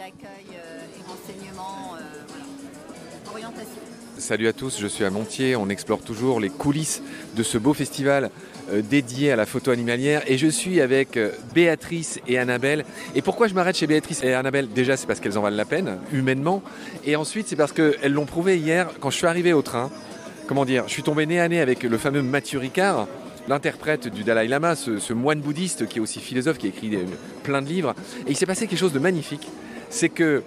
accueil et renseignement, orientation. Salut à tous, je suis à Montier, on explore toujours les coulisses de ce beau festival dédié à la photo animalière et je suis avec Béatrice et Annabelle. Et pourquoi je m'arrête chez Béatrice et Annabelle? Déjà c'est parce qu'elles en valent la peine, humainement, et ensuite c'est parce qu'elles l'ont prouvé hier quand je suis arrivé au train. Je suis tombé nez à nez avec le fameux Matthieu Ricard, l'interprète du Dalai Lama, ce moine bouddhiste qui est aussi philosophe, qui a écrit plein de livres. Et il s'est passé quelque chose de magnifique, c'est que,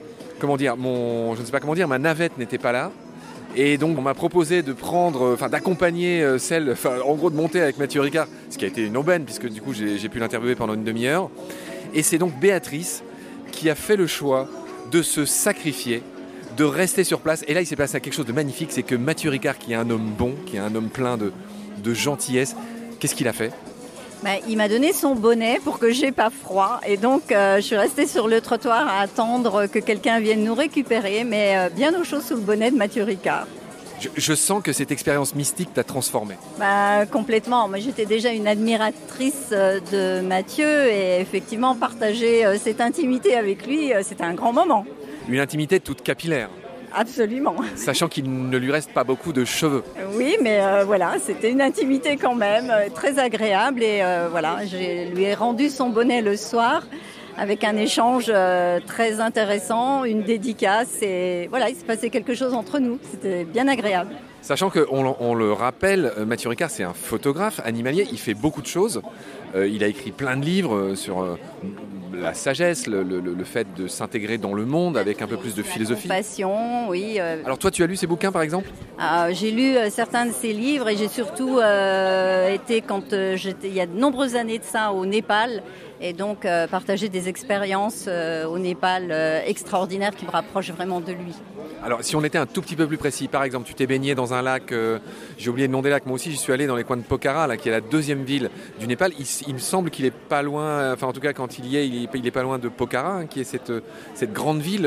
ma navette n'était pas là. Et donc on m'a proposé d'accompagner de monter avec Matthieu Ricard, ce qui a été une aubaine puisque du coup j'ai pu l'interviewer pendant une demi-heure. Et c'est donc Béatrice qui a fait le choix de se sacrifier, de rester sur place. Et là il s'est passé quelque chose de magnifique, c'est que Matthieu Ricard, qui est un homme bon, qui est un homme plein de gentillesse, qu'est-ce qu'il a fait ? Il m'a donné son bonnet pour que j'ai pas froid et donc je suis restée sur le trottoir à attendre que quelqu'un vienne nous récupérer, mais bien au chaud sous le bonnet de Matthieu Ricard. Je sens que cette expérience mystique t'a transformée. Complètement. Moi, j'étais déjà une admiratrice de Matthieu et effectivement partager cette intimité avec lui, c'était un grand moment. Une intimité toute capillaire. Absolument. Sachant qu'il ne lui reste pas beaucoup de cheveux. Oui, mais c'était une intimité quand même, très agréable. Et je lui ai rendu son bonnet le soir avec un échange très intéressant, une dédicace. Et voilà, il s'est passé quelque chose entre nous. C'était bien agréable. Sachant qu'on le rappelle, Matthieu Ricard, c'est un photographe animalier. Il fait beaucoup de choses. Il a écrit plein de livres sur la sagesse, le fait de s'intégrer dans le monde avec un peu plus de philosophie. La compassion, oui. Alors toi, tu as lu ses bouquins, par exemple ? J'ai lu certains de ses livres et j'ai surtout été, il y a de nombreuses années de ça, au Népal. Et donc partager des expériences au Népal extraordinaires qui me rapprochent vraiment de lui. Alors si on était un tout petit peu plus précis, par exemple tu t'es baigné dans un lac, j'ai oublié le nom des lacs, moi aussi j'y suis allé dans les coins de Pokhara, là, qui est la deuxième ville du Népal. Il me semble qu'il est pas loin, en tout cas quand il y est, il est pas loin de Pokhara, qui est cette grande ville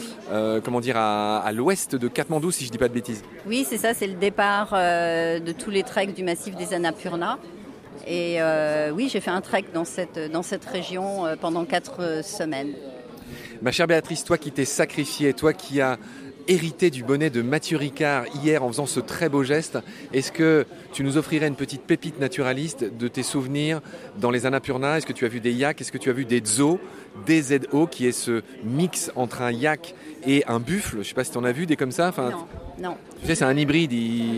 à l'ouest de Katmandou, si je dis pas de bêtises. Oui, c'est ça, c'est le départ de tous les treks du massif des Annapurna. Et oui, j'ai fait un trek dans cette région pendant 4 semaines. Ma chère Béatrice, toi qui t'es sacrifiée, toi qui as hérité du bonnet de Matthieu Ricard hier en faisant ce très beau geste, est-ce que tu nous offrirais une petite pépite naturaliste de tes souvenirs dans les Annapurna ? Est-ce que tu as vu des yaks ? Est-ce que tu as vu des tzos, des ZO, qui est ce mix entre un yak et un buffle ? Je ne sais pas si tu en as vu des comme ça. Non. Tu sais, c'est un hybride.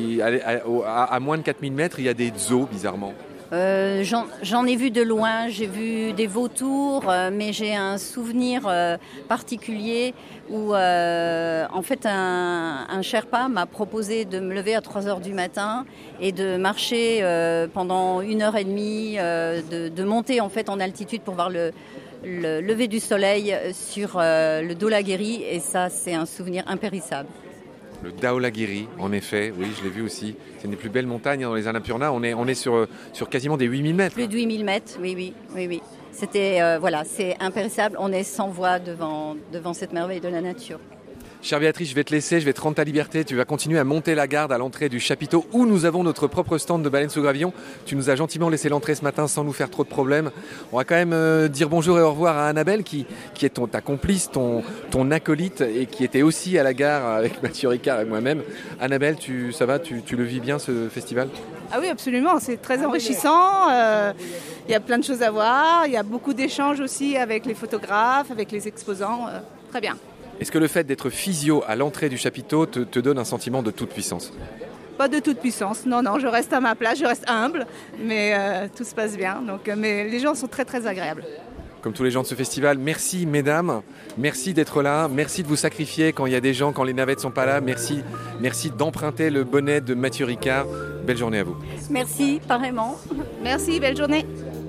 À moins de 4000 mètres, il y a des tzos, bizarrement. J'en ai vu de loin, j'ai vu des vautours, mais j'ai un souvenir particulier où en fait un Sherpa m'a proposé de me lever à 3h du matin et de marcher pendant 1h30, de monter en fait en altitude pour voir le lever du soleil sur le Dhaulagiri, et ça c'est un souvenir impérissable. Le Dhaulagiri, en effet, oui, je l'ai vu aussi. C'est une des plus belles montagnes dans les Annapurna. On est sur quasiment des 8000 mètres. Plus de 8000 mètres, oui. C'était, c'est impérissable. On est sans voix devant cette merveille de la nature. Chère Béatrice, je vais te laisser, je vais te rendre ta liberté. Tu vas continuer à monter la garde à l'entrée du chapiteau où nous avons notre propre stand de baleines sous gravillon. Tu nous as gentiment laissé l'entrée ce matin sans nous faire trop de problèmes. On va quand même dire bonjour et au revoir à Annabelle qui est ta complice, ton acolyte, et qui était aussi à la gare avec Matthieu Ricard et moi-même. Annabelle, ça va, tu le vis bien ce festival ? Ah oui, absolument, c'est très enrichissant. Il y a plein de choses à voir. Il y a beaucoup d'échanges aussi avec les photographes, avec les exposants. Très bien. Est-ce que le fait d'être physio à l'entrée du chapiteau te donne un sentiment de toute puissance ? Pas de toute puissance, non, je reste à ma place, je reste humble, mais tout se passe bien. Mais les gens sont très très agréables. Comme tous les gens de ce festival, merci mesdames, merci d'être là, merci de vous sacrifier quand il y a des gens, quand les navettes sont pas là, merci d'emprunter le bonnet de Matthieu Ricard. Belle journée à vous. Merci, pareillement. Merci, belle journée.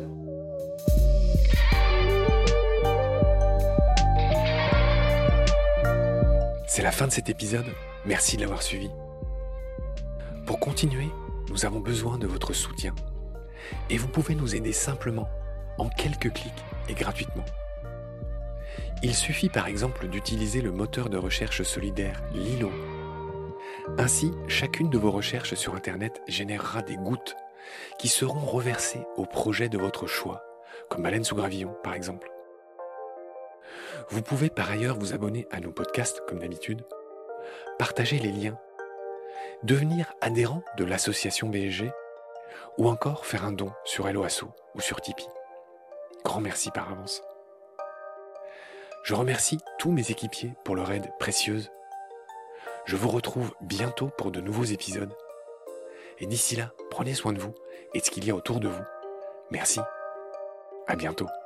C'est la fin de cet épisode, merci de l'avoir suivi. Pour continuer, nous avons besoin de votre soutien. Et vous pouvez nous aider simplement, en quelques clics et gratuitement. Il suffit par exemple d'utiliser le moteur de recherche solidaire Lilo. Ainsi, chacune de vos recherches sur Internet générera des gouttes qui seront reversées au projet de votre choix, comme Baleines sous gravillon par exemple. Vous pouvez par ailleurs vous abonner à nos podcasts comme d'habitude, partager les liens, devenir adhérent de l'association BSG ou encore faire un don sur Helloasso ou sur Tipeee. Grand merci par avance. Je remercie tous mes équipiers pour leur aide précieuse. Je vous retrouve bientôt pour de nouveaux épisodes. Et d'ici là, prenez soin de vous et de ce qu'il y a autour de vous. Merci. À bientôt.